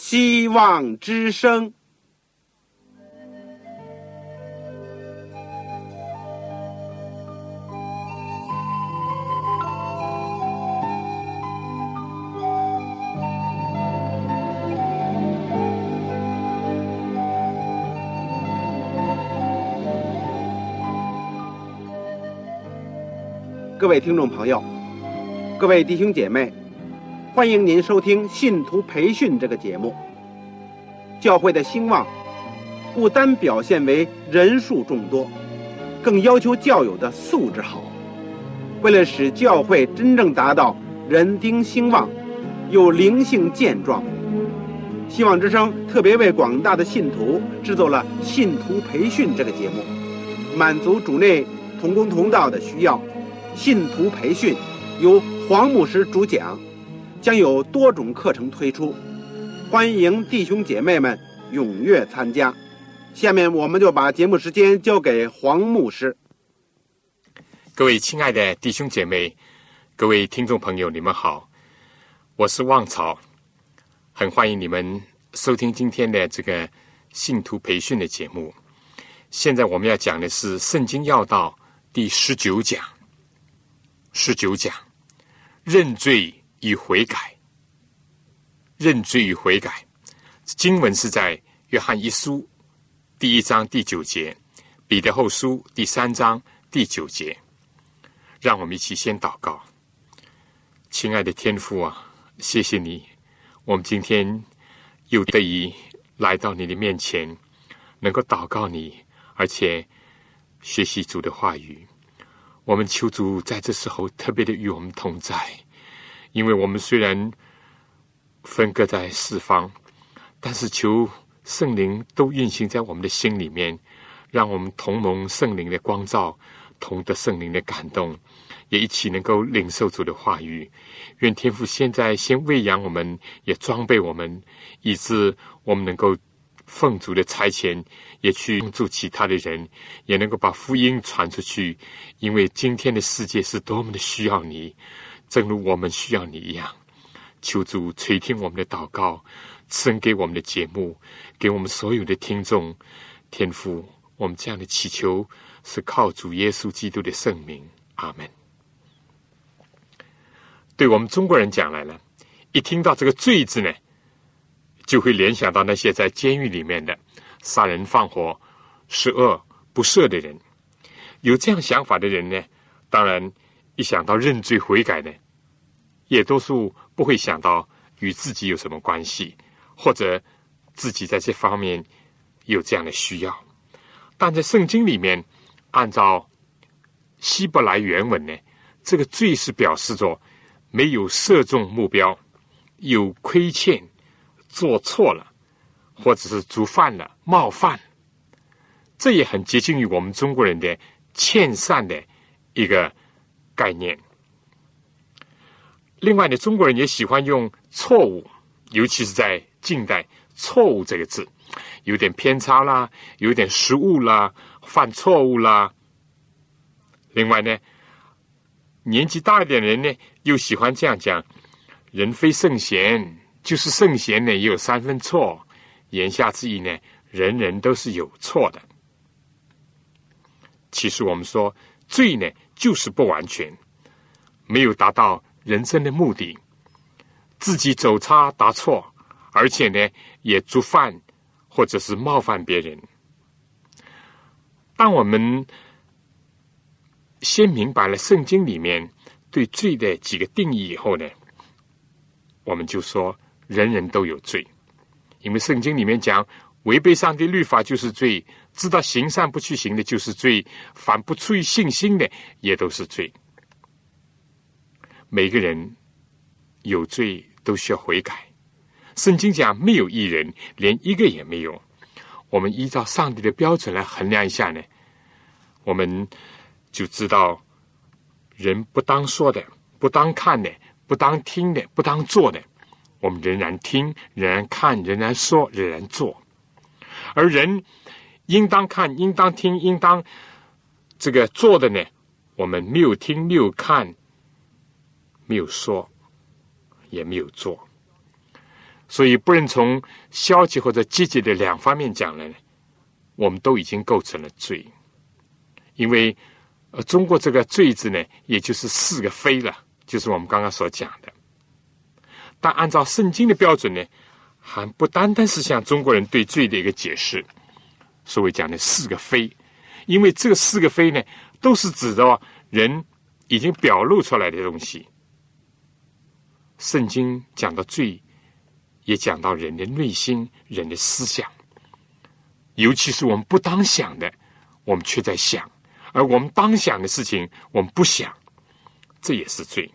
希望之声。各位听众朋友，各位弟兄姐妹，欢迎您收听信徒培训这个节目。教会的兴旺不单表现为人数众多，更要求教友的素质好。为了使教会真正达到人丁兴旺又灵性健壮，希望之声特别为广大的信徒制作了信徒培训这个节目，满足主内同工同道的需要。信徒培训由黄牧师主讲，将有多种课程推出，欢迎弟兄姐妹们踊跃参加。下面我们就把节目时间交给黄牧师。 各位亲爱的弟兄姐妹，各位听众朋友，你们好，我是旺草，很欢迎你们收听今天的这个信徒培训的节目。现在我们要讲的是圣经要道第19讲。19讲，认罪与悔改。认罪与悔改，经文是在约翰一书第1章第9节，彼得后书第3章第9节。让我们一起先祷告。亲爱的天父啊，谢谢你，我们今天又得以来到你的面前，能够祷告你，而且学习主的话语。我们求主在这时候特别的与我们同在，因为我们虽然分隔在四方，但是求圣灵都运行在我们的心里面，让我们同蒙圣灵的光照，同得圣灵的感动，也一起能够领受主的话语。愿天父现在先喂养我们，也装备我们，以致我们能够奉主的差遣，也去帮助其他的人，也能够把福音传出去。因为今天的世界是多么的需要你，正如我们需要你一样。求主垂听我们的祷告，赐恩给我们的节目，给我们所有的听众。天父，我们这样的祈求是靠主耶稣基督的圣名，阿们。对我们中国人讲来呢，一听到这个罪字呢，就会联想到那些在监狱里面的杀人放火、十恶不赦的人。有这样想法的人呢，当然一想到认罪悔改呢，也多数不会想到与自己有什么关系，或者自己在这方面有这样的需要。但在圣经里面，按照希伯来原文呢，这个罪是表示着没有射中目标，有亏欠，做错了，或者是触犯了冒犯。这也很接近于我们中国人的欠善的一个概念。另外呢，中国人也喜欢用错误，尤其是在近代，错误这个字有点偏差啦，有点失误啦，犯错误啦。另外呢，年纪大一点的人呢，又喜欢这样讲，人非圣贤，就是圣贤呢也有3分错。言下之意呢，人人都是有错的。其实我们说，罪呢就是不完全，没有达到人生的目的，自己走差答错，而且呢也触犯或者是冒犯别人。当我们先明白了圣经里面对罪的几个定义以后呢，我们就说人人都有罪。因为圣经里面讲，违背上帝律法就是罪，知道行善不去行的就是罪，凡不出于信心的也都是罪。每个人有罪都需要悔改。圣经讲没有义人，连一个也没有。我们依照上帝的标准来衡量一下呢，我们就知道人不当说的，不当看的，不当听的，不当做的，我们仍然听，仍然看，仍然说，仍然做。而人应当看，应当听，应当这个做的呢，我们没有听，没有看，没有说，也没有做。 所以不论从消极或者积极的两方面讲呢，我们都已经构成了罪。因为中国这个罪字呢，也就是4个非了，就是我们刚刚所讲的。但按照圣经的标准呢，还不单单是像中国人对罪的一个解释，所谓讲的4个非。因为这个4个非呢，都是指的人已经表露出来的东西。圣经讲到罪，也讲到人的内心、人的思想，尤其是我们不当想的，我们却在想；而我们当想的事情，我们不想，这也是罪。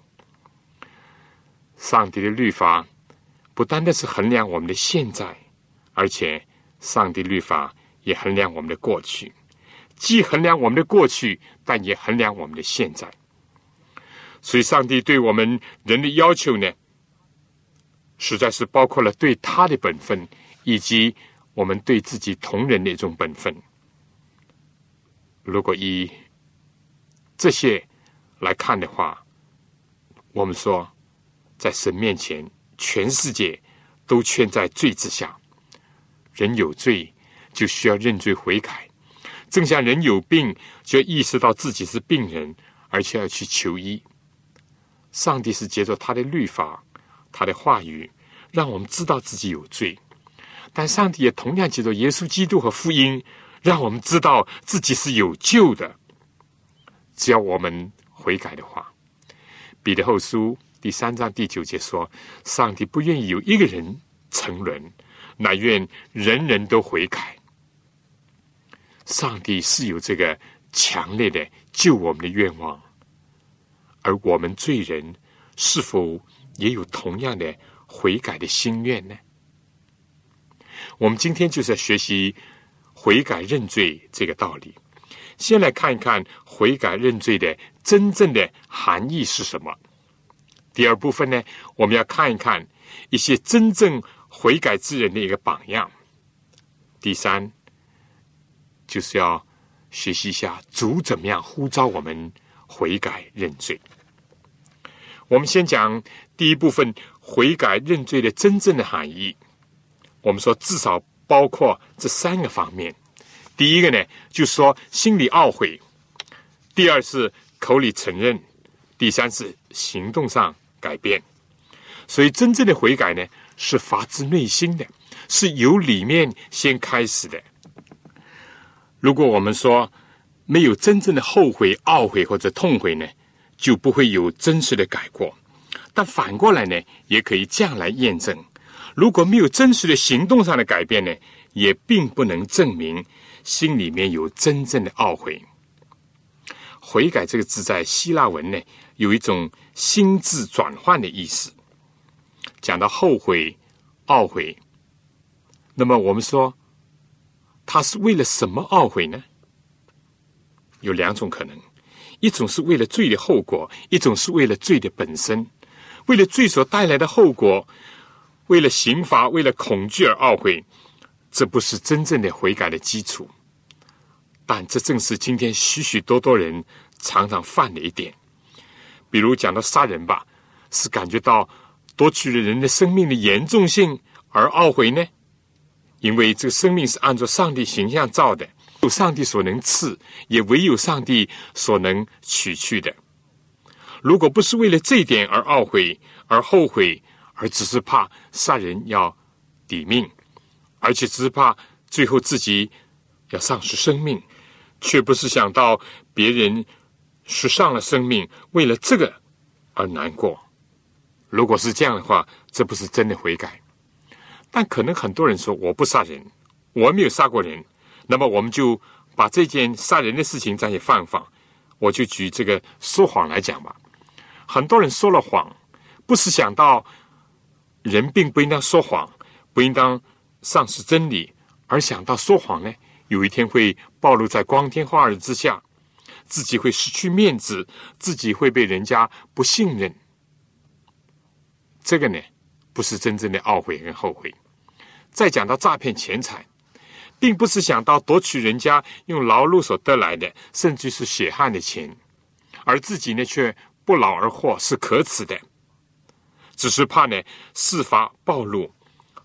上帝的律法不单单是衡量我们的现在，而且上帝律法也衡量我们的过去，既衡量我们的过去，但也衡量我们的现在。所以上帝对我们人的要求呢，实在是包括了对他的本分，以及我们对自己同人的一种本分。如果以这些来看的话，我们说在神面前，全世界都圈在罪之下。人有罪就需要认罪悔改，正像人有病就要意识到自己是病人，而且要去求医。上帝是借着他的律法、他的话语，让我们知道自己有罪，但上帝也同样借着耶稣基督和福音，让我们知道自己是有救的，只要我们悔改的话。彼得后书第3章第9节说，上帝不愿意有一个人沉沦，乃愿人人都悔改。上帝是有这个强烈的救我们的愿望，而我们罪人是否也有同样的悔改的心愿呢？我们今天就是要学习悔改认罪这个道理。先来看一看悔改认罪的真正的含义是什么。第二部分呢，我们要看一看一些真正悔改之人的一个榜样。第三，就是要学习一下主怎么样呼召我们悔改认罪。我们先讲第一部分悔改认罪的真正的含义。我们说至少包括这3个方面。第一个呢，就是说心里懊悔；第二是口里承认；第三是行动上改变。所以真正的悔改呢，是发自内心的，是由里面先开始的。如果我们说没有真正的后悔、懊悔或者痛悔呢，就不会有真实的改过。但反过来呢，也可以这样来验证：如果没有真实的行动上的改变呢，也并不能证明心里面有真正的懊悔。悔改这个字在希腊文呢，有一种心智转换的意思。讲到后悔、懊悔，那么我们说他是为了什么懊悔呢？有2种可能，一种是为了罪的后果，一种是为了罪的本身。为了罪所带来的后果，为了刑罚，为了恐惧而懊悔，这不是真正的悔改的基础。但这正是今天许许多多人常常犯的一点。比如讲到杀人吧，是感觉到夺取了人的生命的严重性而懊悔呢？因为这个生命是按照上帝形象造的，有上帝所能赐，也唯有上帝所能取去的。如果不是为了这一点而懊悔、而后悔，而只是怕杀人要抵命，而且只是怕最后自己要丧失生命，却不是想到别人失丧了生命，为了这个而难过。如果是这样的话，这不是真的悔改。但可能很多人说，我不杀人，我没有杀过人，那么我们就把这件杀人的事情暂且放一放。我就举这个说谎来讲吧。很多人说了谎，不是想到人并不应当说谎，不应当丧失真理，而想到说谎呢，有一天会暴露在光天化日之下，自己会失去面子，自己会被人家不信任。这个呢，不是真正的懊悔跟后悔。再讲到诈骗钱财，并不是想到夺取人家用劳碌所得来的，甚至是血汗的钱，而自己呢却不劳而获，是可耻的。只是怕呢事发暴露，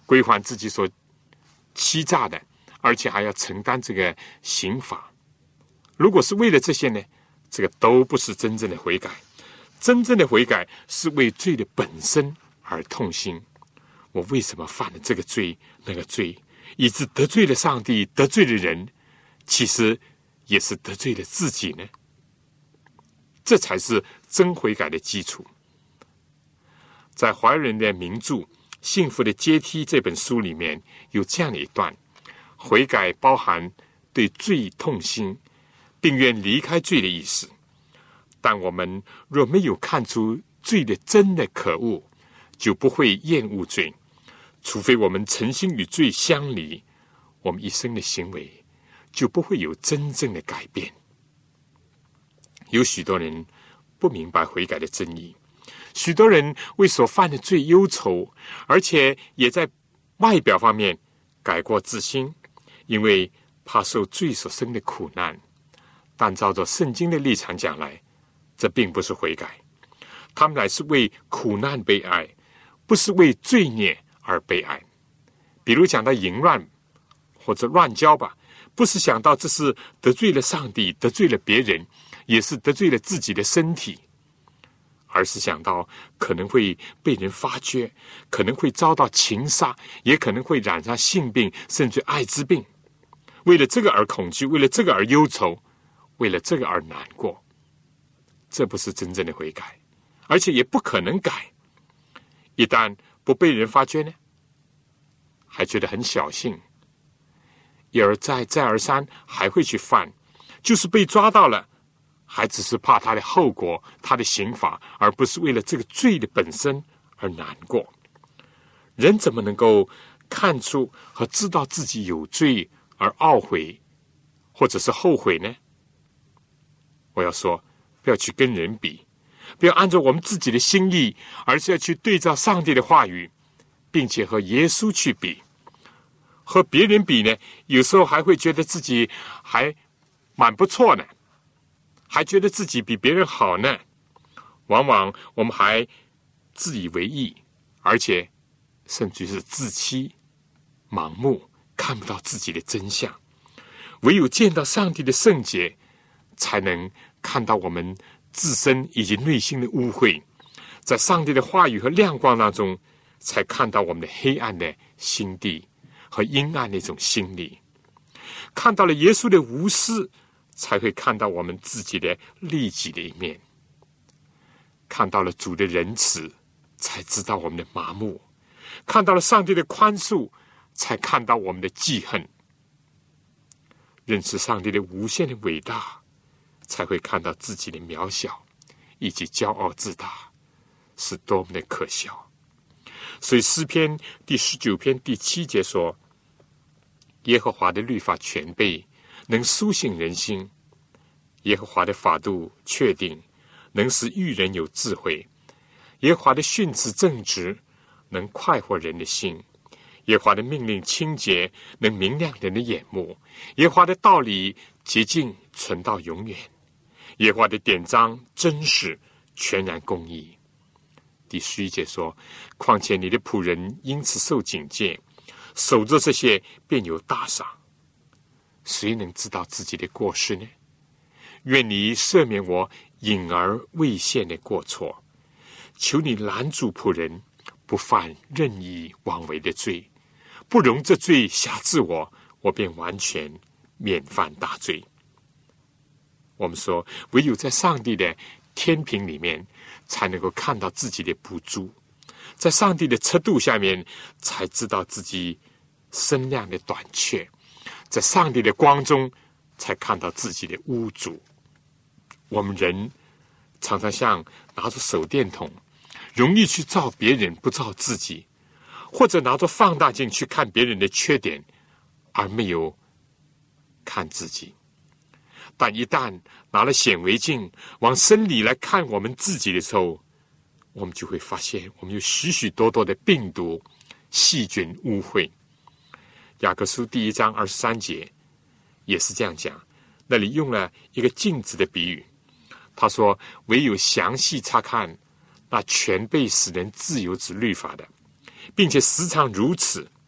归还自己所欺诈的，而且还要承担这个刑罚。如果是为了这些呢，这个都不是真正的悔改。真正的悔改是为罪的本身而痛心。我为什么犯了这个罪那个罪，以致得罪了上帝，得罪了人，其实也是得罪了自己呢？这才是真悔改的基础。在华人的名著《幸福的阶梯》这本书里面有这样的一段：悔改包含对罪痛心，并愿离开罪的意思。但我们若没有看出罪的真的可恶，就不会厌恶罪。除非我们诚心与罪相离，我们一生的行为就不会有真正的改变。有许多人不明白悔改的真意，许多人为所犯的罪忧愁，而且也在外表方面改过自新，因为怕受罪所生的苦难。但照着圣经的立场讲来，这并不是悔改，他们乃是为苦难悲哀，不是为罪孽而悲哀。比如讲到淫乱或者乱交吧，不是想到这是得罪了上帝，得罪了别人，也是得罪了自己的身体，而是想到可能会被人发觉，可能会遭到情杀，也可能会染上性病，甚至艾滋病。为了这个而恐惧，为了这个而忧愁，为了这个而难过。这不是真正的悔改，而且也不可能改。一旦不被人发觉呢，还觉得很侥幸，一而再再而三还会去犯，就是被抓到了，还只是怕他的后果，他的刑罚，而不是为了这个罪的本身而难过。人怎么能够看出和知道自己有罪而懊悔或者是后悔呢？我要说，不要去跟人比，不要按照我们自己的心意，而是要去对照上帝的话语，并且和耶稣去比。和别人比呢，有时候还会觉得自己还蛮不错呢，还觉得自己比别人好呢。往往我们还自以为意，而且甚至是自欺、盲目，看不到自己的真相。唯有见到上帝的圣洁，才能看到我们自身以及内心的污秽，在上帝的话语和亮光当中，才看到我们的黑暗的心地和阴暗的一种心理。看到了耶稣的无私，才会看到我们自己的利己的一面。看到了主的仁慈，才知道我们的麻木。看到了上帝的宽恕，才看到我们的记恨。认识上帝的无限的伟大，才会看到自己的渺小以及骄傲自大是多么的可笑。所以诗篇第19篇第7节说，耶和华的律法全备，能苏醒人心。耶和华的法度确定，能使愚人有智慧。耶和华的训词正直，能快活人的心。耶和华的命令清洁，能明亮人的眼目。耶和华的道理洁净，存到永远。耶和华的典章真实，全然公义。第11节说，况且你的仆人因此受警戒，守着这些便有大赏。谁能知道自己的过失呢？愿你赦免我隐而未现的过错，求你拦住仆人不犯任意妄为的罪，不容这罪辖制我，我便完全免犯大罪。我们说，唯有在上帝的天平里面，才能够看到自己的不足，在上帝的测度下面，才知道自己身量的短缺，在上帝的光中，才看到自己的污浊。我们人常常像拿着手电筒，容易去照别人，不照自己，或者拿着放大镜去看别人的缺点，而没有看自己。但一旦拿了显微镜往深里来看我们自己的时候，我们就会发现我们有许许多多的病毒、细菌、污秽。雅各书第1章23节也是这样讲，那里用了一个镜子的比喻。他说，唯有详细察看那全被使人自由之律法的，并且时常如此，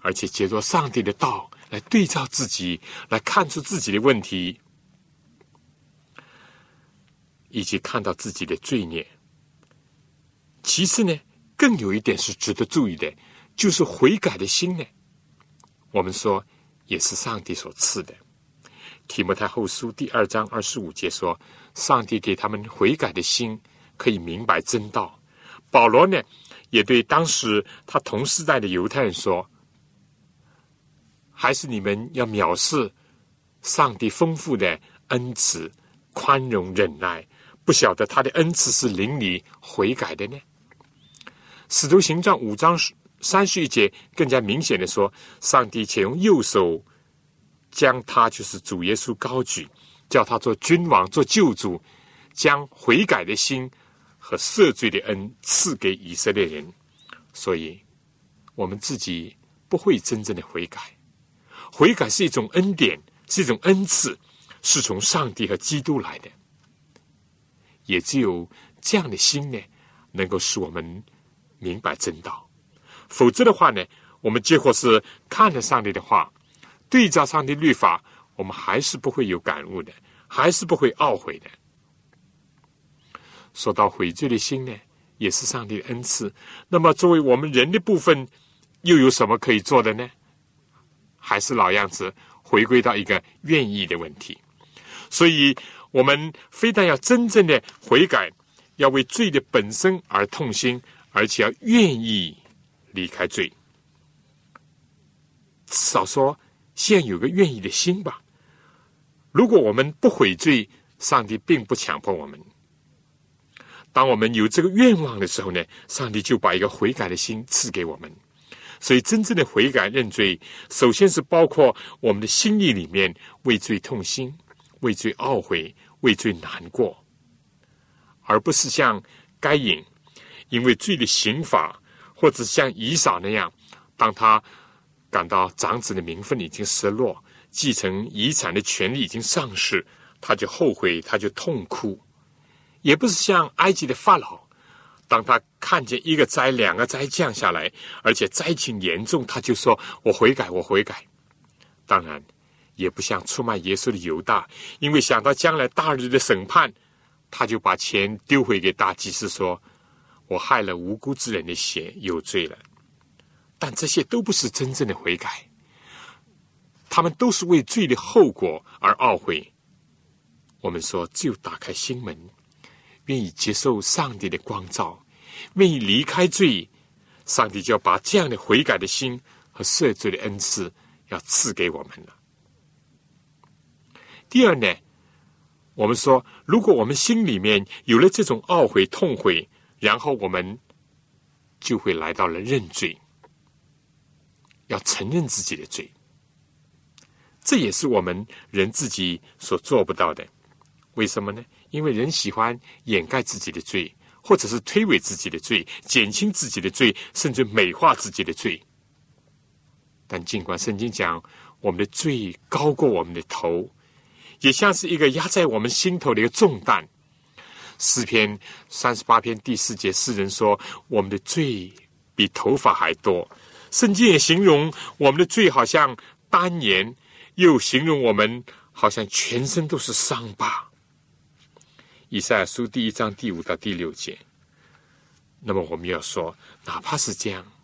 而且借着上帝的道来对照自己，来看出自己的问题，以及看到自己的罪孽。其次呢，更有一点是值得注意的，就是悔改的心呢，我们说也是上帝所赐的。提摩太后书第2章25节说，上帝给他们悔改的心，可以明白真道。保罗呢，也对当时他同时代的犹太人说，还是你们要藐视上帝丰富的恩慈、宽容、忍耐，不晓得他的恩慈是领你悔改的呢？使徒行传5章31节更加明显的说，上帝且用右手将他，就是主耶稣高举，叫他做君王，做救主，将悔改的心和赦罪的恩赐给以色列人。所以我们自己不会真正的悔改，悔改是一种恩典，是一种恩赐，是从上帝和基督来的。也只有这样的心呢，能够使我们明白真道。否则的话呢，我们结果是看了上帝的话，对照上帝律法，我们还是不会有感悟的，还是不会懊悔的。说到悔罪的心呢，也是上帝的恩赐。那么作为我们人的部分，又有什么可以做的呢？还是老样子，回归到一个愿意的问题。所以我们非但要真正的悔改，要为罪的本身而痛心，而且要愿意离开罪。至少说先有个愿意的心吧。如果我们不悔罪，上帝并不强迫我们。当我们有这个愿望的时候呢，上帝就把一个悔改的心赐给我们。所以真正的悔改认罪，首先是包括我们的心意里面为罪痛心，为罪懊悔，为罪难过，而不是像该隐因为罪的刑罚，或者像以扫那样，当他感到长子的名分已经失落，继承遗产的权利已经丧失，他就后悔，他就痛哭。也不是像埃及的法老，当他看见一个灾两个灾降下来，而且灾情严重，他就说我悔改，我悔改。当然也不像出卖耶稣的犹大，因为想到将来大日的审判，他就把钱丢回给大祭司，说我害了无辜之人的血，有罪了。但这些都不是真正的悔改，他们都是为罪的后果而懊悔。我们说只有打开心门，愿意接受上帝的光照，愿意离开罪，上帝就要把这样的悔改的心和赦罪的恩赐要赐给我们了。第二呢，我们说如果我们心里面有了这种懊悔痛悔，然后我们就会来到了认罪，要承认自己的罪。这也是我们人自己所做不到的。为什么呢？因为人喜欢掩盖自己的罪，或者是推诿自己的罪，减轻自己的罪，甚至美化自己的罪。但尽管圣经讲我们的罪高过我们的头，也像是一个压在我们心头的一个重担。诗篇38篇第4节，诗人说我们的罪比头发还多。圣经也形容我们的罪好像丹颜，又形容我们好像全身都是伤疤。以赛亚书第1章第5到第6节。那么我们要说，哪怕是这样，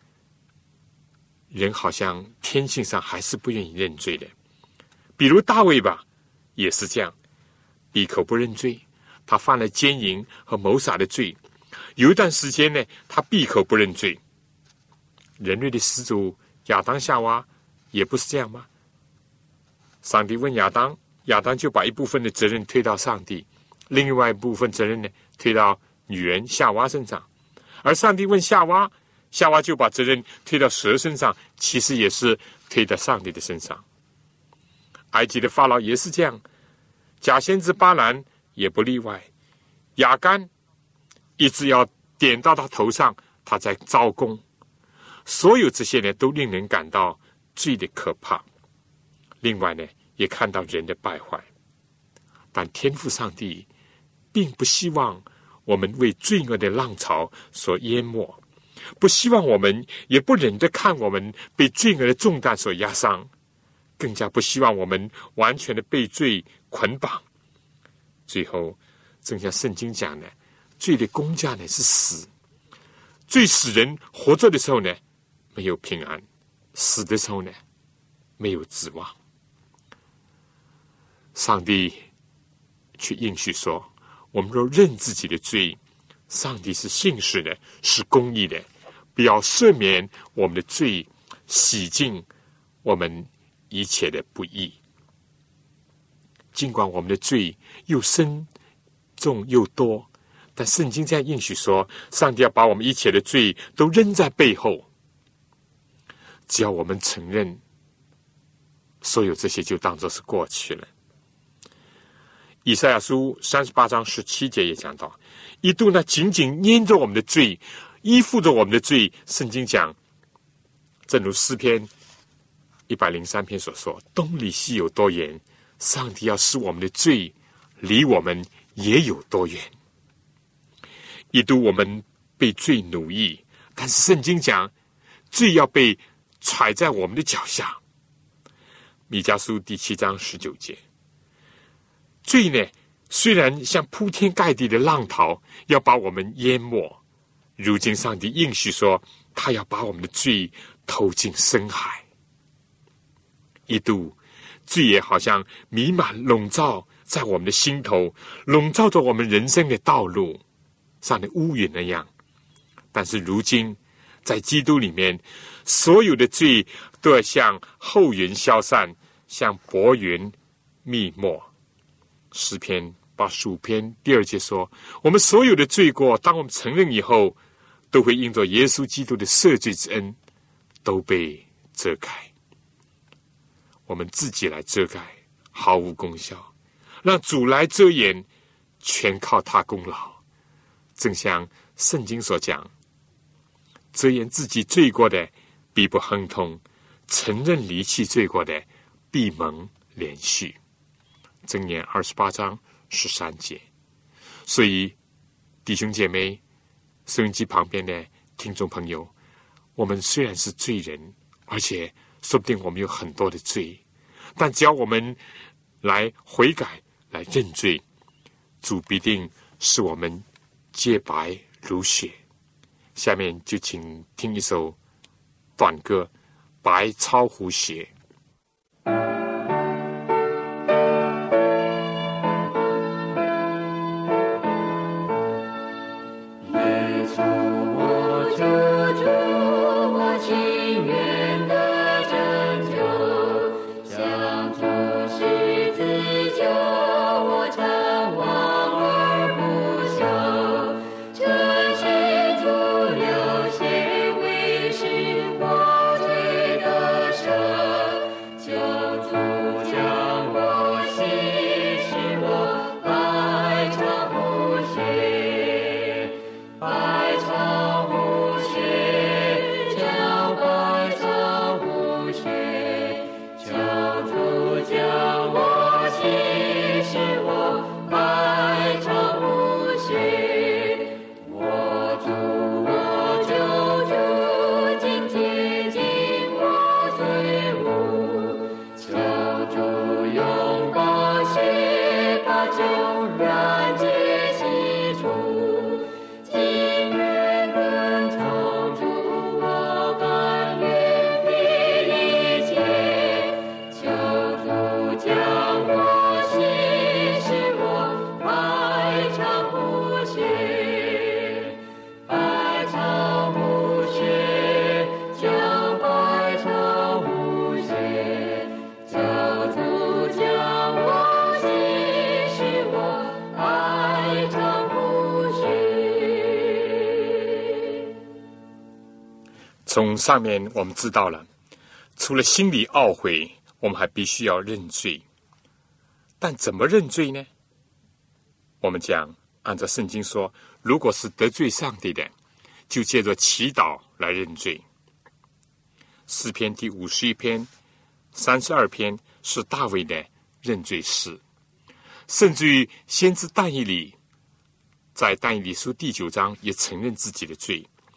人好像天性上还是不愿意认罪的。比如大卫吧，也是这样，闭口不认罪，他犯了奸淫和谋杀的罪。有一段时间呢，他闭口不认罪。人类的始祖亚当夏娃也不是这样吗？上帝问亚当，亚当就把一部分的责任推到上帝，另外一部分责任呢推到女人夏娃身上。而上帝问夏娃，夏娃就把责任推到蛇身上，其实也是推到上帝的身上。埃及的法老也是这样，假先知巴兰也不例外。亚干一直要点到他头上，他在招供。所有这些呢，都令人感到罪的可怕。另外呢，也看到人的败坏。但天父上帝并不希望我们为罪恶的浪潮所淹没， 不希望我们，也不忍着看我们被罪恶的重担所压伤，更加不希望我们完全的被罪捆绑。最后，正像圣经讲的，罪的工价呢是死，罪使人活着的时候呢没有平安，死的时候呢没有指望。上帝却应许说，我们若认自己的罪，上帝是信实的，是公义的，必要赦免我们的罪，洗净我们一切的不义。尽管我们的罪又深重又多，但圣经在应许说，上帝要把我们一切的罪都扔在背后，只要我们承认，所有这些就当作是过去了。以赛亚书38章17节也讲到，一度呢紧紧粘着我们的罪，依附着我们的罪。圣经讲，正如诗篇103篇所说，东离西有多远，上帝要使我们的罪离我们也有多远。一度我们被罪奴役，但是圣经讲，罪要被踩在我们的脚下。弥迦书第7章19节，罪呢虽然像铺天盖地的浪涛，要把我们淹没，如今上帝应许说，他要把我们的罪投进深海。一度罪也好像弥漫笼罩在我们的心头，笼罩着我们人生的道路上的乌云那样，但是如今在基督里面，所有的罪都要像厚云消散，像薄云密没。诗篇85篇第2节说，我们所有的罪过，当我们承认以后，都会因着耶稣基督的赦罪之恩都被遮盖。我们自己来遮盖毫无功效，让主来遮掩，全靠他功劳。正像圣经所讲，遮掩自己罪过的必不亨通，承认离弃罪过的必蒙连续。箴言28章13节。所以弟兄姐妹，收音机旁边的听众朋友，我们虽然是罪人，而且说不定我们有很多的罪，但只要我们来悔改，来认罪，主必定使我们洁白如雪。下面就请听一首短歌《白超乎雪》。从上面我们知道了，除了心里懊悔，我们还必须要认罪。但怎么认罪呢？我们讲，按照圣经说，如果是得罪上帝的，就借着祈祷来认罪。诗篇第51篇、32篇是大卫的认罪诗，甚至于先知但以理在但以理书第9章也承认自己的罪，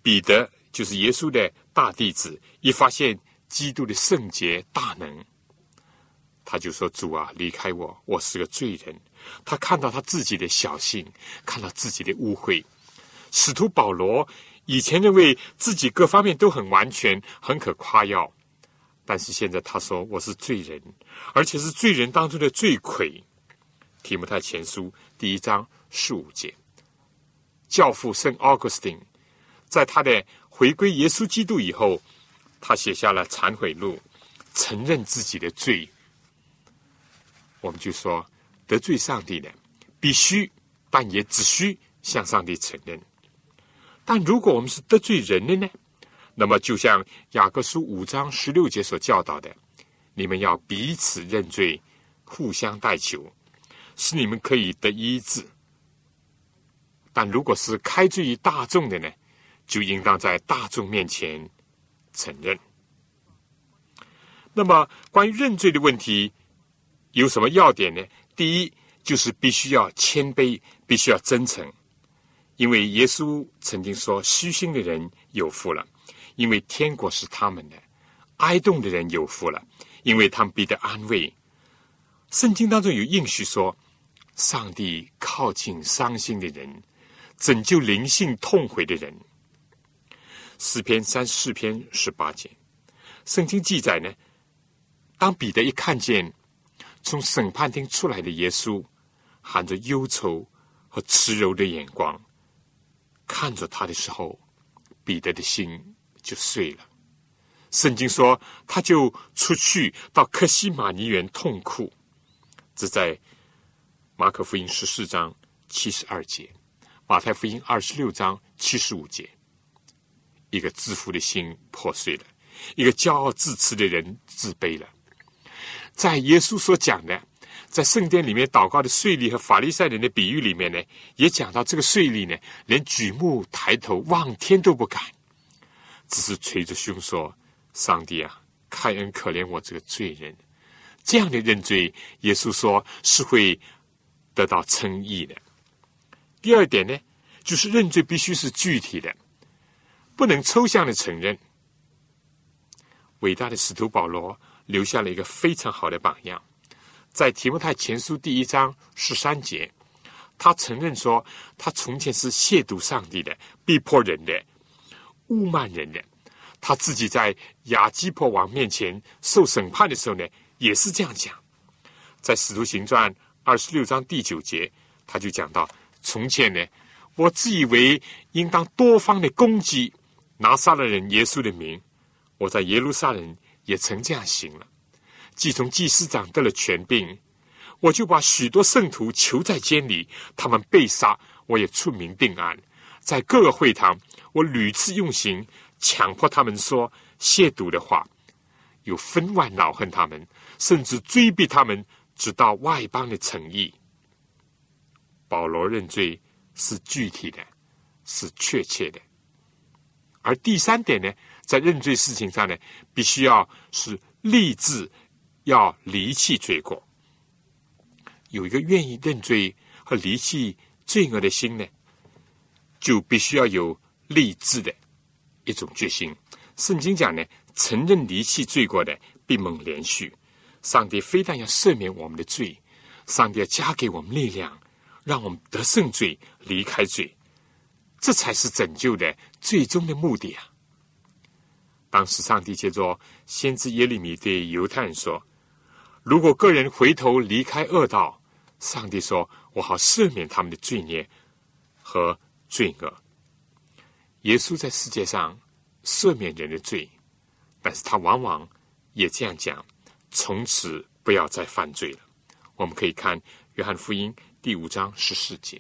彼得就是耶稣的大弟子，一发现基督的圣洁大能，他就说：主啊，离开我，我是个罪人。他看到他自己的小性，看到自己的污秽。使徒保罗以前认为自己各方面都很完全，很可夸耀，但是现在他说我是罪人，而且是罪人当中的罪魁。提摩太前书1章15节，教父圣奥古斯丁在他的回归耶稣基督以后，他写下了忏悔录，承认自己的罪。我们就说，得罪上帝的必须，但也只需向上帝承认。但如果我们是得罪人的呢？那么就像雅各书5章16节所教导的，你们要彼此认罪，互相代求，使你们可以得医治。但如果是开罪于大众的呢，就应当在大众面前承认。那么关于认罪的问题有什么要点呢？第一，就是必须要谦卑，必须要真诚。因为耶稣曾经说，虚心的人有福了，因为天国是他们的；哀恸的人有福了，因为他们必得安慰。圣经当中有应许说，上帝靠近伤心的人，拯救灵性痛悔的人。诗篇34篇18节，圣经记载呢，当彼得一看见从审判厅出来的耶稣，含着忧愁和慈柔的眼光看着他的时候，彼得的心就碎了。圣经说，他就出去到客西马尼园痛哭。这在马可福音14章72节，马太福音26章75节。一个自负的心破碎了，一个骄傲自持的人自卑了。在耶稣所讲的，在圣殿里面祷告的税吏和法利赛人的比喻里面呢，也讲到这个税吏呢，连举目抬头望天都不敢，只是捶着胸说：上帝啊，开恩可怜我这个罪人。这样的认罪，耶稣说是会得到称义的。第二点呢，就是认罪必须是具体的，不能抽象的承认。伟大的使徒保罗留下了一个非常好的榜样，在提摩太前书1章13节，他承认说，他从前是亵渎上帝的，逼迫人的，侮慢人的。他自己在亚基破王面前受审判的时候呢，也是这样讲。在使徒行传26章第9节，他就讲到，从前呢，我自以为应当多方的攻击拿撒勒人耶稣的名，我在耶路撒冷也曾这样行了。既从祭司长得了权柄，我就把许多圣徒囚在监里，他们被杀，我也出名定案。在各个会堂，我屡次用刑，强迫他们说亵渎的话，有分外恼恨他们，甚至追逼他们，直到外邦的诚意。保罗认罪是具体的，是确切的。而第三点呢，在认罪事情上呢，必须要是立志要离弃罪过。有一个愿意认罪和离弃罪恶的心呢，就必须要有立志的一种决心。圣经讲呢，承认离弃罪过的必蒙连续。上帝非但要赦免我们的罪，上帝要加给我们力量，让我们得胜罪，离开罪，这才是拯救的最终的目的啊！当时上帝借着先知耶利米对犹太人说，如果个人回头离开恶道，上帝说，我好赦免他们的罪孽和罪恶。耶稣在世界上赦免人的罪，但是他往往也这样讲，从此不要再犯罪了。我们可以看约翰福音第5章14节。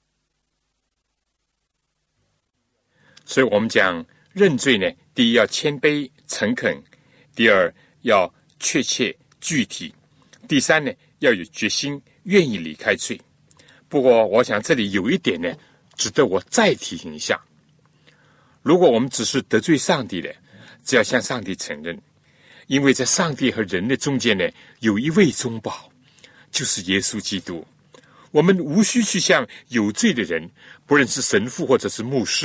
所以我们讲认罪呢，第一要谦卑诚恳，第二要确切具体，第三呢要有决心，愿意离开罪。不过我想这里有一点呢，值得我再提醒一下。如果我们只是得罪上帝的，只要向上帝承认，因为在上帝和人的中间呢，有一位中保，就是耶稣基督。我们无需去向有罪的人，不论是神父或者是牧师，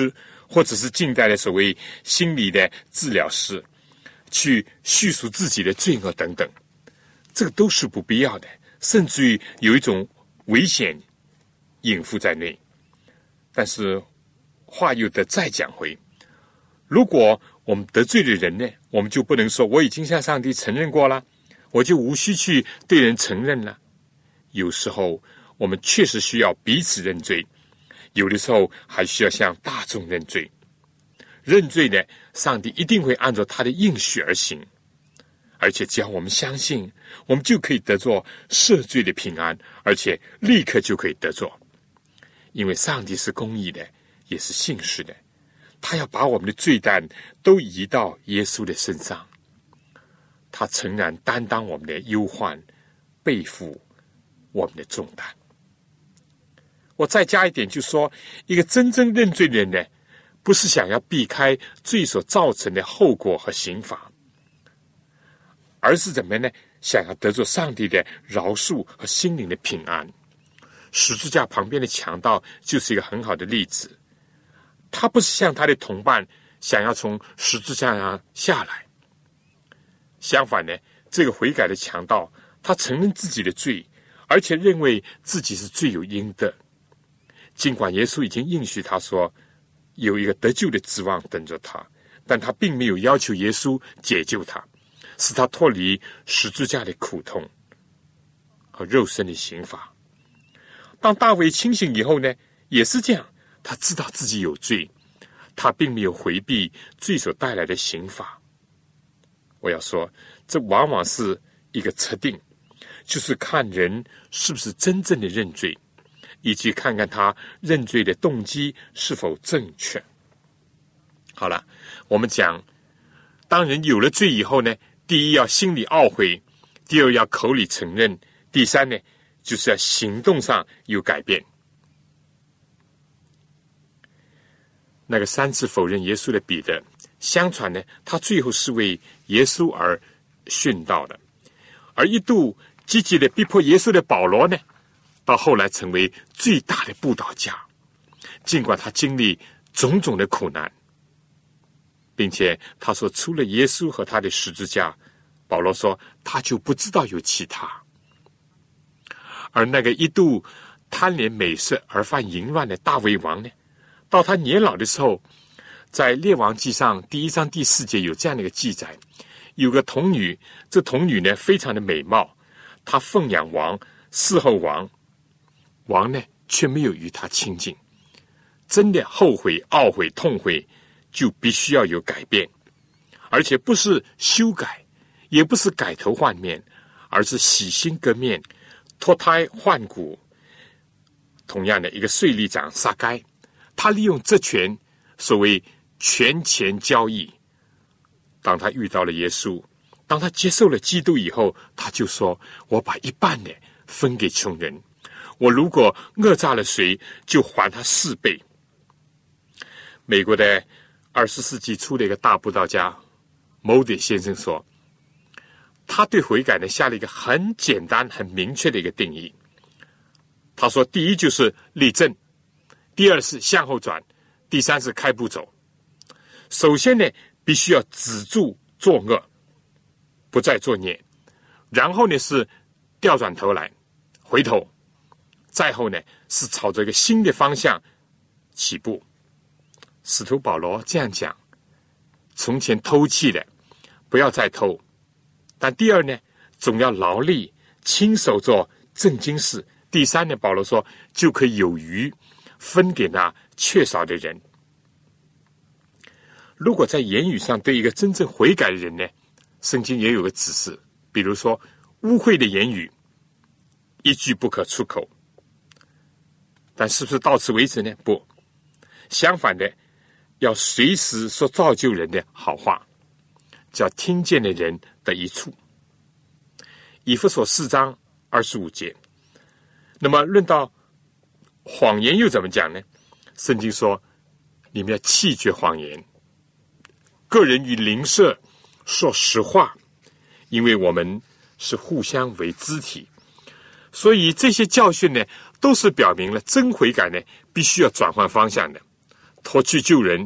或者是近代的所谓心理的治疗师去叙述自己的罪恶等等，这个都是不必要的，甚至于有一种危险隐伏在内。但是话又得再讲回，如果我们得罪的人呢，我们就不能说我已经向上帝承认过了，我就无需去对人承认了。有时候我们确实需要彼此认罪，有的时候还需要向大众认罪。认罪呢，上帝一定会按照他的应许而行，而且只要我们相信，我们就可以得着赦罪的平安，而且立刻就可以得着。因为上帝是公义的，也是信实的，他要把我们的罪担都移到耶稣的身上，他诚然担当我们的忧患，背负我们的重担。我再加一点，就说一个真正认罪的人呢，不是想要避开罪所造成的后果和刑罚，而是怎么样呢？想要得着上帝的饶恕和心灵的平安。十字架旁边的强盗就是一个很好的例子，他不是像他的同伴想要从十字架上下来，相反呢，这个悔改的强盗，他承认自己的罪，而且认为自己是罪有应得。尽管耶稣已经应许他说有一个得救的指望等着他，但他并没有要求耶稣解救他，使他脱离十字架的苦痛和肉身的刑罚。当大卫清醒以后呢，也是这样，他知道自己有罪，他并没有回避罪所带来的刑罚。我要说，这往往是一个测定，就是看人是不是真正的认罪，以及看看他认罪的动机是否正确。好了，我们讲，当人有了罪以后呢，第一要心里懊悔，第二要口里承认，第三呢，就是要行动上有改变。那个3次否认耶稣的彼得，相传呢，他最后是为耶稣而殉道的。而一度积极的逼迫耶稣的保罗呢，到后来成为最大的布道家，尽管他经历种种的苦难，并且他说除了耶稣和他的十字架，保罗说他就不知道有其他。而那个一度贪恋美色而犯淫乱的大卫王呢，到他年老的时候，在列王记上第1章第4节有这样的一个记载，有个童女，这童女呢非常的美貌，她奉养王，侍候王，王呢却没有与她亲近。真的后悔、懊悔、痛悔，就必须要有改变，而且不是修改，也不是改头换面，而是洗心革面，脱胎换骨。同样的，一个税吏长撒该，他利用职权，所谓权钱交易。当他遇到了耶稣，当他接受了基督以后，他就说，我把一半的分给穷人，我如果讹诈了谁，就还他4倍。美国的20世纪初的一个大布道家某迪先生说，他对悔改呢下了一个很简单很明确的一个定义。他说，第一就是立正，第二是向后转，第三是开步走。首先呢，必须要止住作恶，不再作孽，然后呢是调转头来回头，再后呢是朝着一个新的方向起步。使徒保罗这样讲，从前偷窃的不要再偷，但第二呢，总要劳力亲手做正经事。第三呢，保罗说就可以有余分给那缺少的人。如果在言语上对一个真正悔改的人呢，圣经也有个指示，比如说污秽的言语一句不可出口。但是不是到此为止呢？不，相反的，要随时说造就人的好话，叫听见的人得益处。以弗所4章25节。那么论到谎言又怎么讲呢？圣经说，你们要弃绝谎言，个人与邻舍说实话，因为我们是互相为肢体。所以这些教训呢，都是表明了真悔改呢，必须要转换方向的，脱去旧人，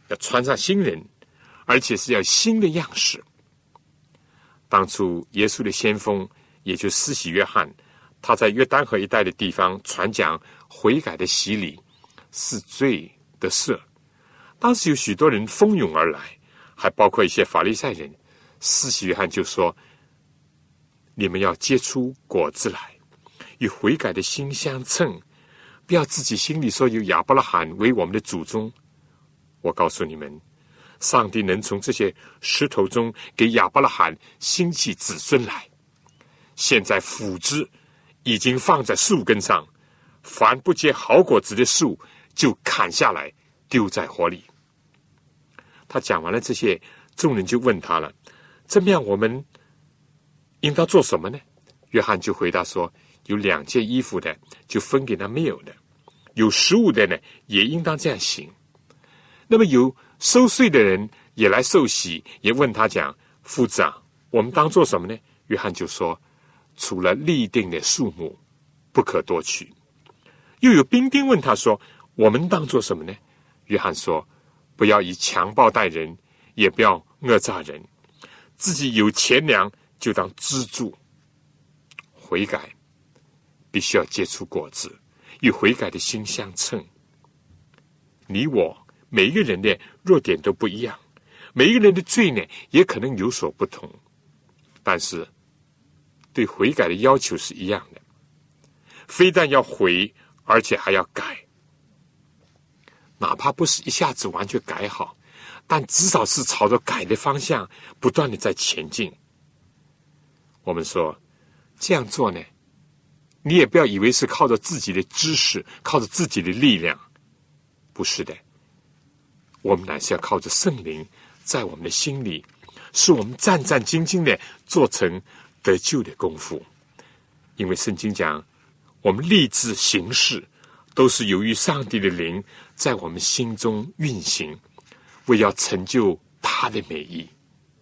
要穿上新人，而且是要新的样式。当初耶稣的先锋，也就施洗约翰，他在约旦河一带的地方传讲悔改的洗礼，是罪的赦。当时有许多人蜂拥而来，还包括一些法利赛人。施洗约翰就说：你们要结出果子来，与悔改的心相称，不要自己心里说有亚伯拉罕为我们的祖宗。我告诉你们，上帝能从这些石头中给亚伯拉罕兴起子孙来。现在斧子已经放在树根上，凡不结好果子的树就砍下来丢在火里。他讲完了这些，众人就问他了：这么样我们应当做什么呢？约翰就回答说：有2件衣服的就分给那没有的，有食物的呢也应当这样行。那么有收税的人也来受洗，也问他讲：夫子啊，我们当做什么呢？约翰就说：除了立定的数目不可多取。又有兵丁问他说：我们当做什么呢？约翰说：不要以强暴待人，也不要讹诈人，自己有钱粮就当资助。悔改必须要结出果子，与悔改的心相称。你我每一个人的弱点都不一样，每一个人的罪呢也可能有所不同，但是对悔改的要求是一样的，非但要悔，而且还要改。哪怕不是一下子完全改好，但至少是朝着改的方向不断的在前进。我们说这样做呢，你也不要以为是靠着自己的知识，靠着自己的力量，不是的，我们乃是要靠着圣灵在我们的心里，使我们战战兢兢的做成得救的功夫。因为圣经讲，我们立志行事都是由于上帝的灵在我们心中运行，为要成就他的美意。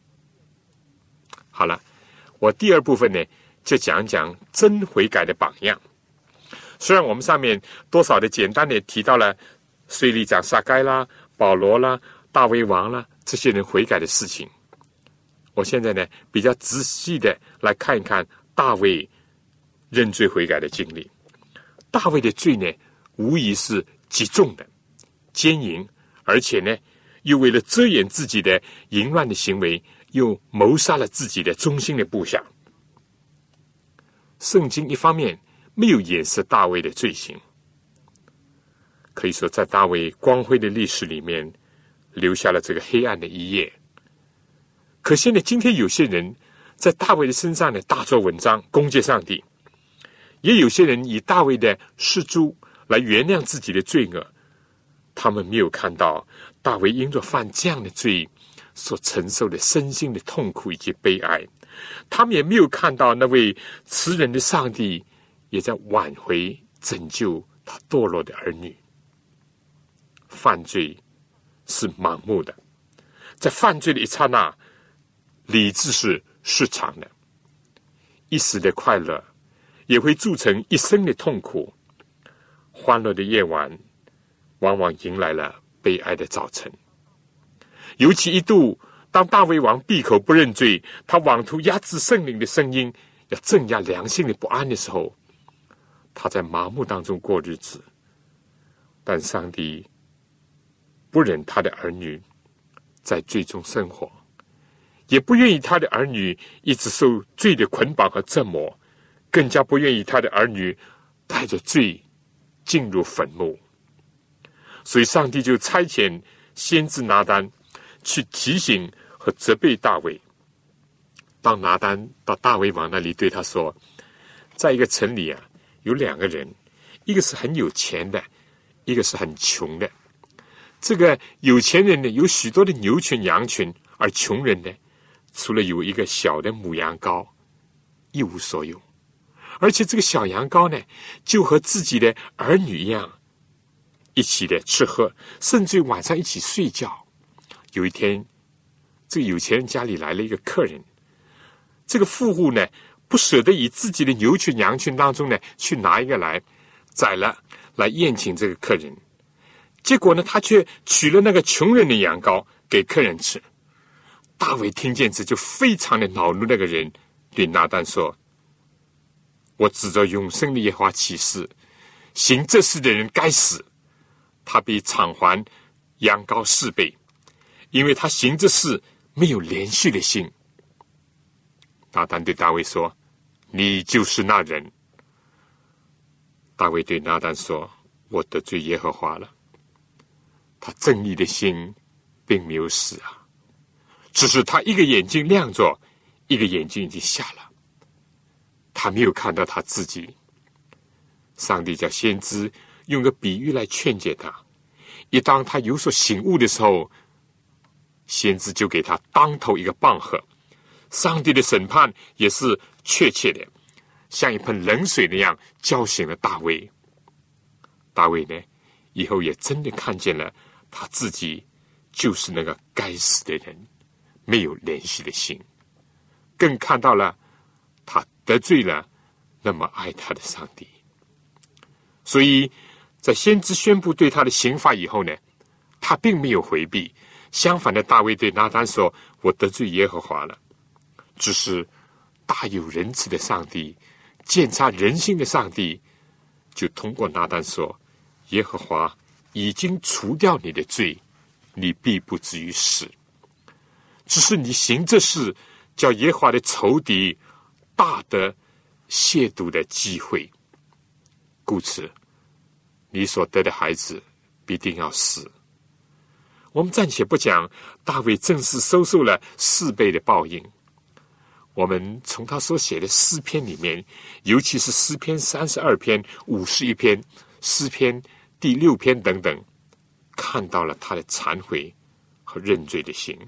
好了，我第二部分呢，就讲讲真悔改的榜样。虽然我们上面多少的简单的提到了税吏长撒该啦、保罗啦、大卫王啦这些人悔改的事情，我现在呢比较仔细的来看一看大卫认罪悔改的经历。大卫的罪呢，无疑是极重的，奸淫，而且呢，又为了遮掩自己的淫乱的行为，又谋杀了自己的忠心的部下。圣经一方面没有掩饰大卫的罪行，可以说在大卫光辉的历史里面留下了这个黑暗的一页。可现在今天有些人在大卫的身上呢大做文章，攻击上帝，也有些人以大卫的失足来原谅自己的罪恶。他们没有看到大卫因着犯这样的罪所承受的身心的痛苦以及悲哀，他们也没有看到那位慈人的上帝也在挽回拯救他堕落的儿女。犯罪是盲目的，在犯罪的一刹那，理智是失常的，一时的快乐也会铸成一生的痛苦。欢乐的夜晚往往迎来了悲哀的早晨。尤其一度，当大卫王闭口不认罪，他妄图压制圣灵的声音，要镇压良心的不安的时候，他在麻木当中过日子。但上帝不忍他的儿女在罪中生活，也不愿意他的儿女一直受罪的捆绑和折磨，更加不愿意他的儿女带着罪进入坟墓。所以上帝就差遣先知拿单去提醒和责备大卫。当拿单到大卫王那里对他说，在一个城里啊，有2个人，一个是很有钱的，一个是很穷的。这个有钱人呢，有许多的牛群羊群，而穷人呢，除了有一个小的母羊羔，一无所有。而且这个小羊羔呢，就和自己的儿女一样，一起的吃喝，甚至晚上一起睡觉。有一天，这个有钱人家里来了一个客人，这个富户呢，不舍得以自己的牛群羊群当中呢，去拿一个来宰了，来宴请这个客人。 结果呢，他却取了那个穷人的羊羔给客人吃。大卫听见这就非常的恼怒，那个人对拿单说：我指着永生的耶和华起誓，行这事的人该死，他必偿还羊羔4倍，因为他行这事没有连续的心。拿单对大卫说：你就是那人。大卫对拿单说：我得罪耶和华了。他正义的心并没有死啊，只是他一个眼睛亮着，一个眼睛已经瞎了。他没有看到他自己。上帝叫先知用个比喻来劝解他，一当他有所醒悟的时候，先知就给他当头一个棒喝。上帝的审判也是确切的，像一盆冷水那样浇醒了大卫。大卫呢，以后也真的看见了他自己就是那个该死的人，没有怜惜的心，更看到了他得罪了那么爱他的上帝。所以在先知宣布对他的刑罚以后呢，他并没有回避，相反的，大卫对拿单说：我得罪耶和华了。只是大有仁慈的上帝，鉴察人心的上帝，就通过拿单说：耶和华已经除掉你的罪，你必不至于死。只是你行这事，叫耶和华的仇敌大得亵渎的机会，故此你所得的孩子必定要死。我们暂且不讲大卫正式收受了4倍的报应，我们从他所写的诗篇里面，尤其是诗篇32篇、51篇、诗篇第6篇等等，看到了他的忏悔和认罪的心。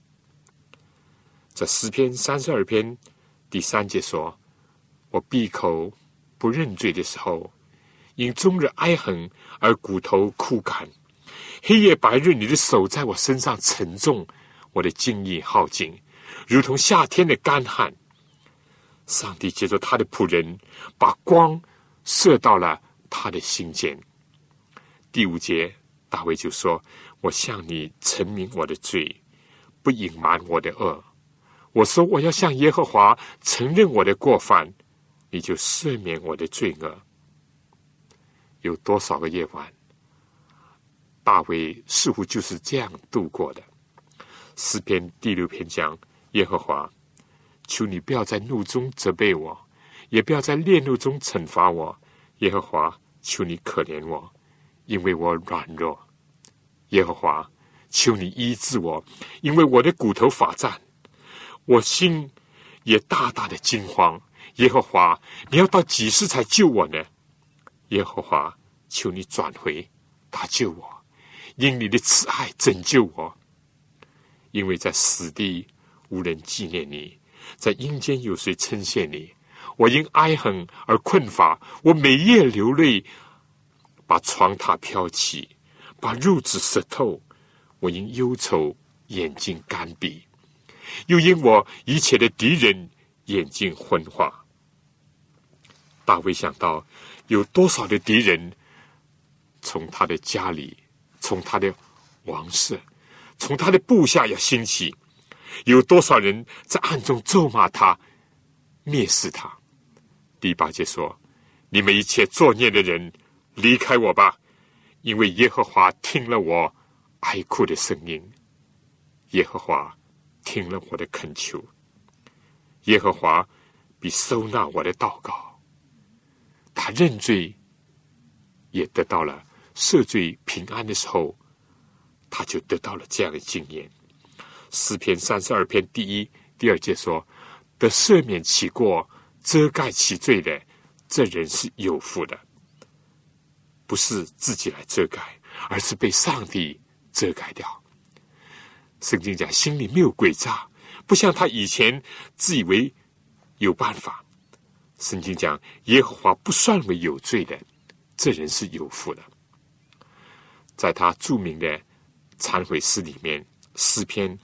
在诗篇32篇第3节说：我闭口不认罪的时候，因终日哀恨而骨头枯干，黑夜白日你的手在我身上沉重，我的精力耗尽，如同夏天的干旱。上帝借着他的仆人，把光射到了他的心间。第5节，大卫就说：我向你陈明我的罪，不隐瞒我的恶。我说我要向耶和华承认我的过犯，你就赦免我的罪恶。有多少个夜晚，大卫似乎就是这样度过的。诗篇第6篇讲：耶和华，求你不要在怒中责备我，也不要在烈怒中惩罚我。耶和华，求你可怜我，因为我软弱。耶和华，求你医治我，因为我的骨头发战，我心也大大的惊慌。耶和华，你要到几时才救我呢？耶和华，求你转回搭救我，因你的慈爱拯救我。因为在死地无人纪念你，在阴间有谁称谢你？我因哀恨而困乏，我每夜流泪，把床榻飘起，把褥子湿透。我因忧愁眼睛干闭，又因我一切的敌人眼睛昏花。大卫想到有多少的敌人从他的家里，从他的王室，从他的部下要兴起，有多少人在暗中咒骂他，蔑视他。第8节说：你们一切作孽的人，离开我吧，因为耶和华听了我哀哭的声音，耶和华听了我的恳求，耶和华必收纳我的祷告。他认罪也得到了赦罪平安的时候，他就得到了这样的经验。诗篇32篇第1、第2节说：得赦免其过，遮盖其罪的，这人是有福的。不是自己来遮盖，而是被上帝遮盖掉。圣经讲心里没有诡诈，不像他以前自以为有办法。圣经讲耶和华不算为有罪的，这人是有福的。在他著名的忏悔诗里面，诗篇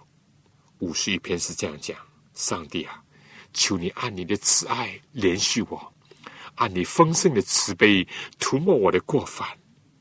51篇是这样讲：上帝啊，求你按你的慈爱怜恤我，按你丰盛的慈悲涂抹我的过犯，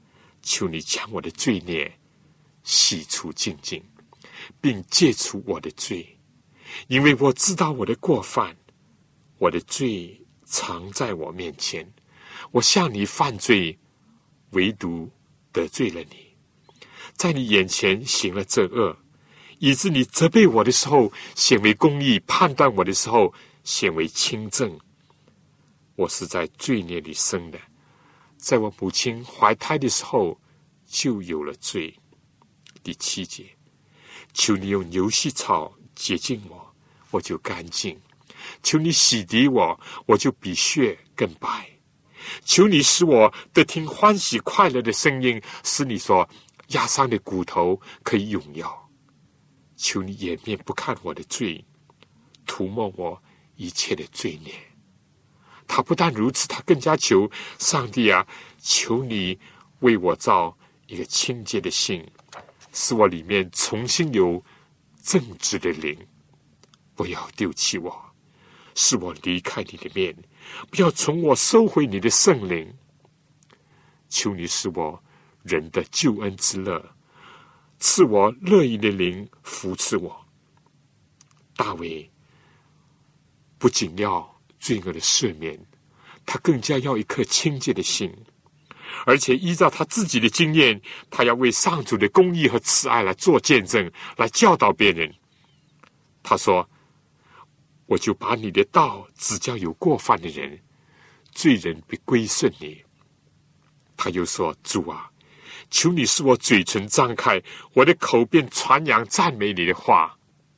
求你将我的罪孽洗除净净，并戒除我的罪，因为我知道我的过犯，我的罪常在我面前。我向你犯罪，唯独得罪了你，在你眼前行了这恶，以致你责备我的时候显为公义，判断我的时候显为清正。我是在罪孽里生的，在我母亲怀胎的时候就有了罪。第7节，求你用牛膝草洁净我，我就干净；求你洗涤我，我就比雪更白。求你使我得听欢喜快乐的声音，使你所压伤的骨头可以永耀。求你掩面不看我的罪，涂抹我一切的罪孽。他不但如此，他更加求上帝啊，求你为我造一个清洁的心，使我里面重新有正直的灵，不要丢弃我，使我离开你的面，不要从我收回你的圣灵。求你使我人的救恩之乐，赐我乐意的灵扶持我。大卫不仅要罪恶的赦免，他更加要一颗清洁的心，而且依照他自己的经验，他要为上主的公义和慈爱来做见证，来教导别人。他说，我就把你的道指教有过犯的人，罪人必归顺你。他又说，主啊，求你使我嘴唇张开，我的口便传扬赞美你的话。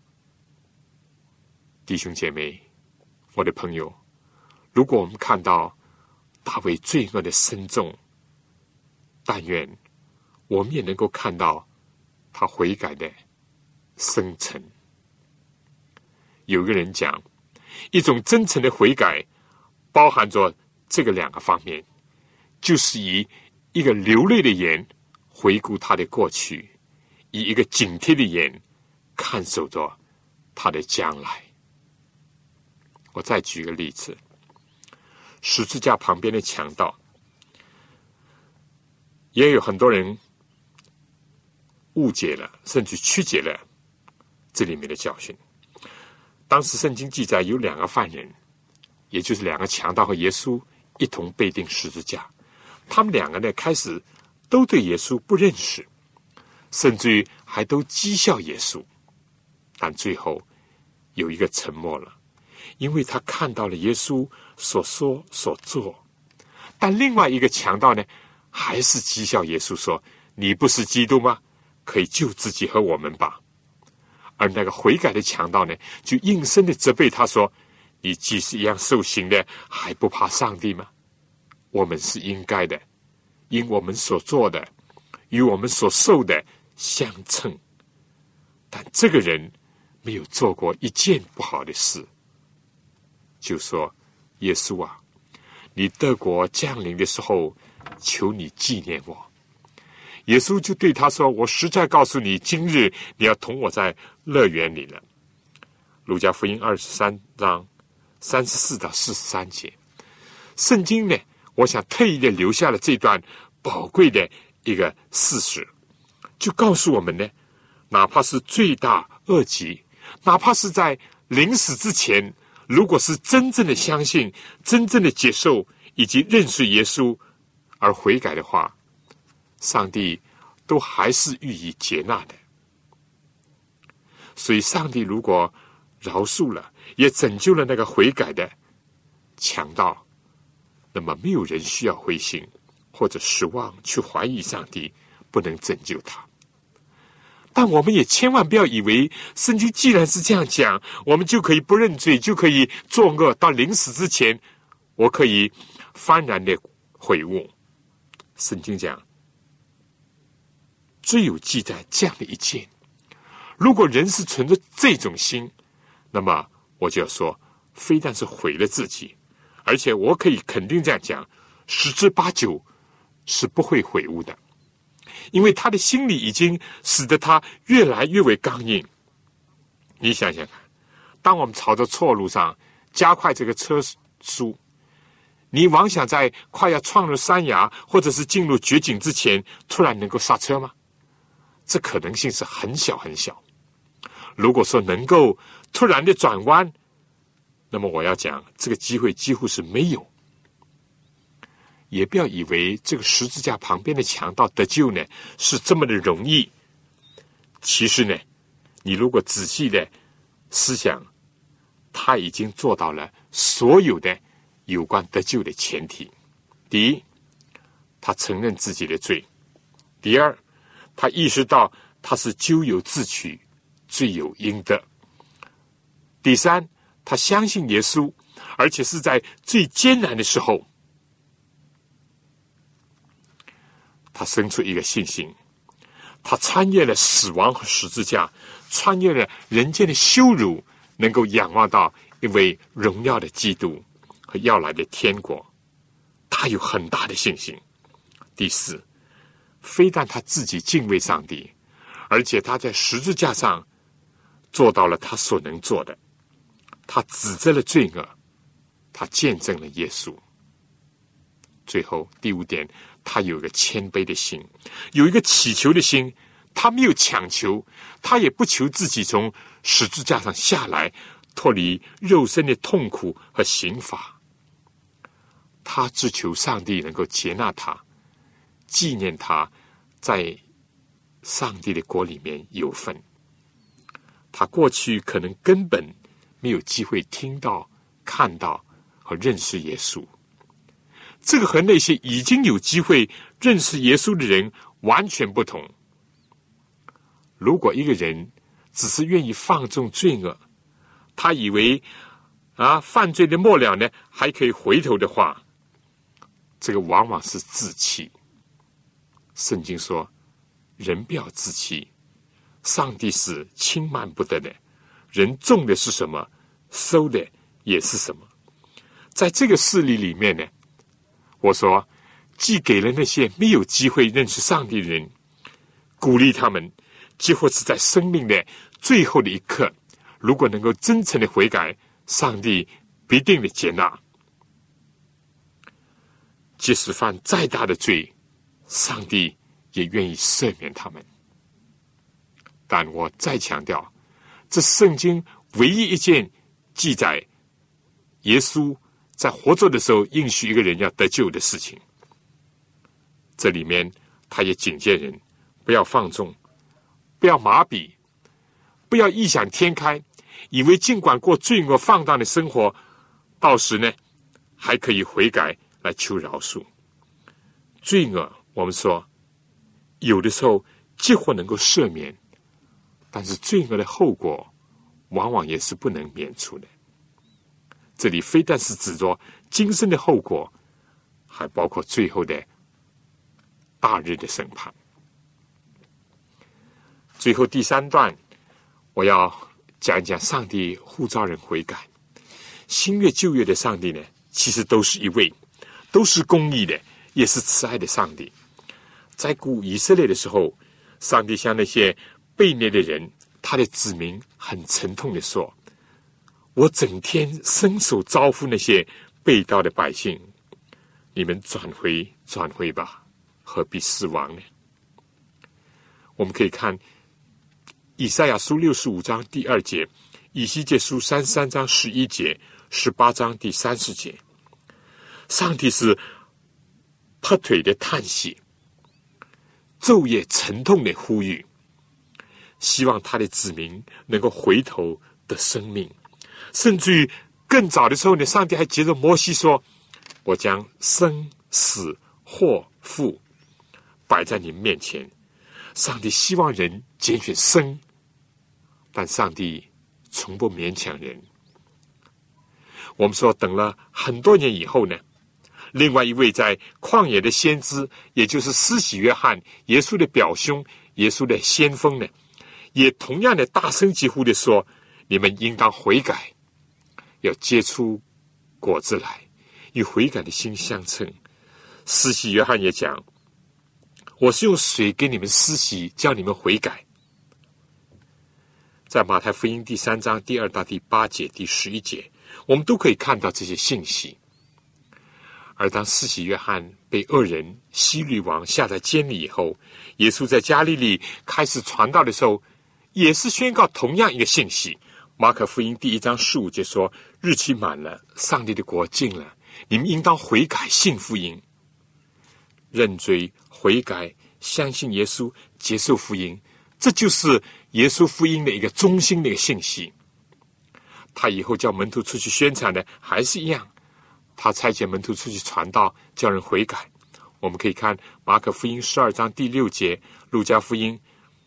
弟兄姐妹，我的朋友，如果我们看到大卫罪恶的深重，但愿我们也能够看到他悔改的深沉。有个人讲，一种真诚的悔改包含着这个2个方面，就是以一个流泪的眼回顾他的过去，以一个警惕的眼看守着他的将来。我再举个例子，十字架旁边的强盗，也有很多人误解了，甚至曲解了这里面的教训。当时圣经记载有2个犯人，也就是2个强盗和耶稣一同被钉十字架。他们2个呢，开始都对耶稣不认识，甚至于还都讥笑耶稣，但最后有一个沉默了，因为他看到了耶稣所说所做。但另外一个强盗呢，还是讥笑耶稣说，你不是基督吗？可以救自己和我们吧。而那个悔改的强盗呢，就应声的责备他说，你既是一样受刑的，还不怕上帝吗？我们是应该的，因我们所做的与我们所受的相称。但这个人没有做过一件不好的事，就说，耶稣啊，你得国降临的时候，求你纪念我。耶稣就对他说，我实在告诉你，今日你要同我在乐园里了。路加福音23章34到43节。圣经呢，我想特意的留下了这段宝贵的一个事实，就告诉我们呢，哪怕是罪大恶极，哪怕是在临死之前，如果是真正的相信、真正的接受以及认识耶稣而悔改的话，上帝都还是予以接纳的。所以上帝如果饶恕了，也拯救了那个悔改的强盗，那么没有人需要灰心或者失望去怀疑上帝不能拯救他。但我们也千万不要以为圣经既然是这样讲，我们就可以不认罪，就可以作恶，到临死之前我可以幡然的悔悟。圣经讲，最有记载这样的一件，如果人是存着这种心，那么我就要说，非但是毁了自己，而且我可以肯定这样讲，10之8九是不会悔悟的，因为他的心里已经使得他越来越为刚硬。你想想看，当我们朝着错路上加快这个车速， 你妄想在快要撞入山崖或者是进入绝境之前突然能够刹车吗？这可能性是很小很小。如果说能够突然的转弯，那么我要讲这个机会几乎是没有。也不要以为这个十字架旁边的强盗得救呢是这么的容易。其实呢，你如果仔细的思想，他已经做到了所有的有关得救的前提。第一，他承认自己的罪；第二，他意识到他是咎由自取，罪有应得；第三，他相信耶稣，而且是在最艰难的时候，他生出一个信心，他穿越了死亡和十字架，穿越了人间的羞辱，能够仰望到一位荣耀的基督和要来的天国，他有很大的信心。第四，非但他自己敬畏上帝，而且他在十字架上做到了他所能做的，他指责了罪恶，他见证了耶稣。最后第五点，他有一个谦卑的心，有一个祈求的心，他没有强求，他也不求自己从十字架上下来，脱离肉身的痛苦和刑罚，他只求上帝能够接纳他，纪念他在上帝的国里面有份。他过去可能根本没有机会听到、看到和认识耶稣，这个和那些已经有机会认识耶稣的人完全不同。如果一个人只是愿意放纵罪恶，他以为犯罪的末了呢还可以回头的话，这个往往是自欺。圣经说，人不要自欺，上帝是轻慢不得的，人种的是什么，收的也是什么。在这个事例里面呢，我说既给了那些没有机会认识上帝的人，鼓励他们几乎是在生命的最后的一刻，如果能够真诚的悔改，上帝必定的接纳。即使犯再大的罪，上帝也愿意赦免他们。但我再强调，这圣经唯一一件记载耶稣在活着的时候应许一个人要得救的事情。这里面他也警戒人不要放纵，不要麻痹，不要异想天开，以为尽管过罪恶放荡的生活，到时呢还可以悔改来求饶恕。罪恶我们说有的时候几乎能够赦免，但是罪恶的后果往往也是不能免除的。这里非但是指着今生的后果，还包括最后的大日的审判。最后第三段，我要讲一讲上帝呼召人悔改。新约旧约的上帝呢，其实都是一位，都是公义的，也是慈爱的上帝。在古以色列的时候，上帝向那些悖逆的人，他的子民很沉痛的说，我整天伸手招呼那些被盗的百姓，你们转回吧，何必失望呢？我们可以看以赛亚书65章第2节，以西结书33章11节，18章第30节。上帝是拍腿的叹息，昼夜沉痛的呼吁，希望他的子民能够回头得生命。甚至于更早的时候呢，上帝还接着摩西说，我将生死祸福摆在你面前。上帝希望人拣选生，但上帝从不勉强人。我们说等了很多年以后呢，另外一位在旷野的先知，也就是施洗约翰，耶稣的表兄，耶稣的先锋呢，也同样的大声疾呼的说，你们应当悔改，要结出果子来，与悔改的心相称。施洗约翰也讲，我是用水给你们施洗，叫你们悔改。在马太福音第3章第2到第8节、第11节，我们都可以看到这些信息。 而当施洗约翰被恶人希律王下在监里以后，耶稣在加利利开始传道的时候，也是宣告同样一个信息。马可福音第1章15节说，日期满了，上帝的国近了，你们应当悔改，信福音，认罪悔改，相信耶稣，接受福音，这就是耶稣福音的一个中心的一个信息。他以后叫门徒出去宣传的还是一样，他差遣门徒出去传道，叫人悔改。我们可以看马可福音12章第6节，路加福音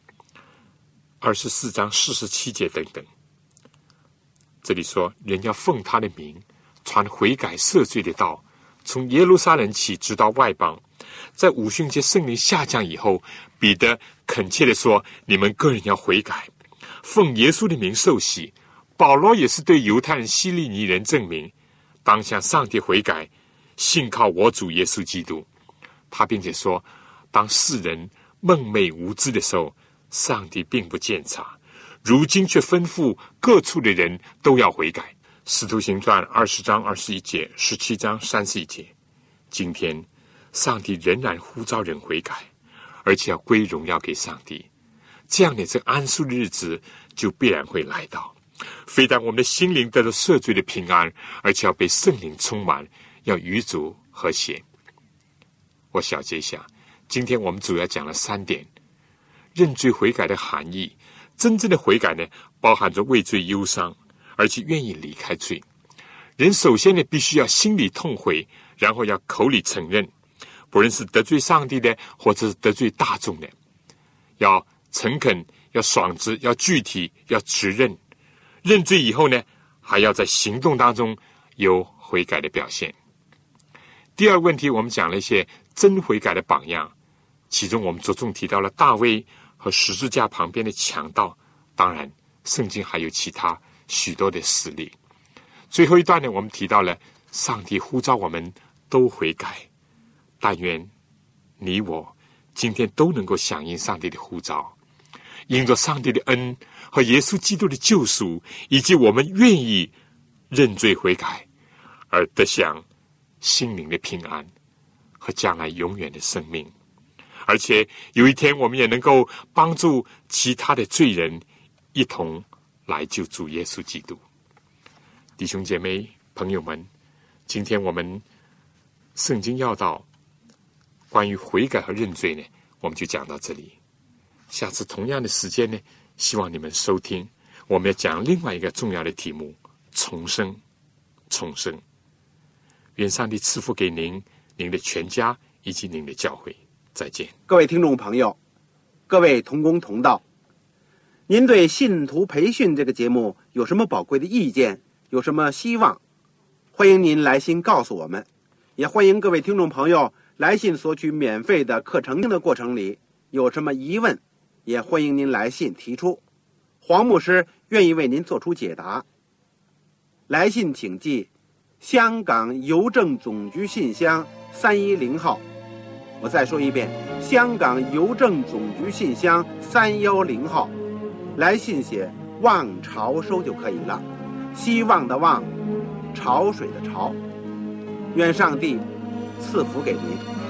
24章47节等等。这里说，人要奉他的名传悔改赦罪的道，从耶路撒冷起，直到外邦。在五旬节圣灵下降以后，彼得恳切地说，你们个人要悔改，奉耶稣的名受洗。保罗也是对犹太人、希利尼人证明，当向上帝悔改，信靠我主耶稣基督。他并且说，当世人梦寐无知的时候，上帝并不鉴察，如今却吩咐各处的人都要悔改。使徒行传20章21节、17章31节。今天上帝仍然呼召人悔改，而且要归荣耀给上帝。这样的这安舒的日子就必然会来到。非但我们的心灵得到赦罪的平安，而且要被圣灵充满，要与主和谐。我小结一下，今天我们主要讲了3点：认罪悔改的含义。真正的悔改呢，包含着为罪忧伤，而且愿意离开罪。人首先呢，必须要心里痛悔，然后要口里承认，不论是得罪上帝的，或者是得罪大众的，要诚恳，要爽直，要具体，要直认。认罪以后呢，还要在行动当中有悔改的表现。第二个问题，我们讲了一些真悔改的榜样，其中我们着重提到了大卫和十字架旁边的强盗，当然圣经还有其他许多的实例。最后一段呢，我们提到了上帝呼召我们都悔改，但愿你我今天都能够响应上帝的呼召，因着上帝的恩和耶稣基督的救赎，以及我们愿意认罪悔改，而得享心灵的平安和将来永远的生命。而且有一天我们也能够帮助其他的罪人一同来救主耶稣基督。弟兄姐妹朋友们，今天我们圣经要道关于悔改和认罪呢，我们就讲到这里。下次同样的时间呢，希望你们收听，我们要讲另外一个重要的题目：重生。重生。愿上帝赐福给您、您的全家以及您的教会。再见。 各位听众朋友，各位同工同道，您对信徒培训这个节目有什么宝贵的意见，有什么希望，欢迎您来信告诉我们。也欢迎各位听众朋友来信索取免费的课程的过程里有什么疑问，也欢迎您来信提出，黄牧师愿意为您做出解答。来信请寄香港邮政总局信箱310号。我再说一遍，香港邮政总局信箱310号。来信写望潮收就可以了，希望的望，潮水的潮。愿上帝赐福给您。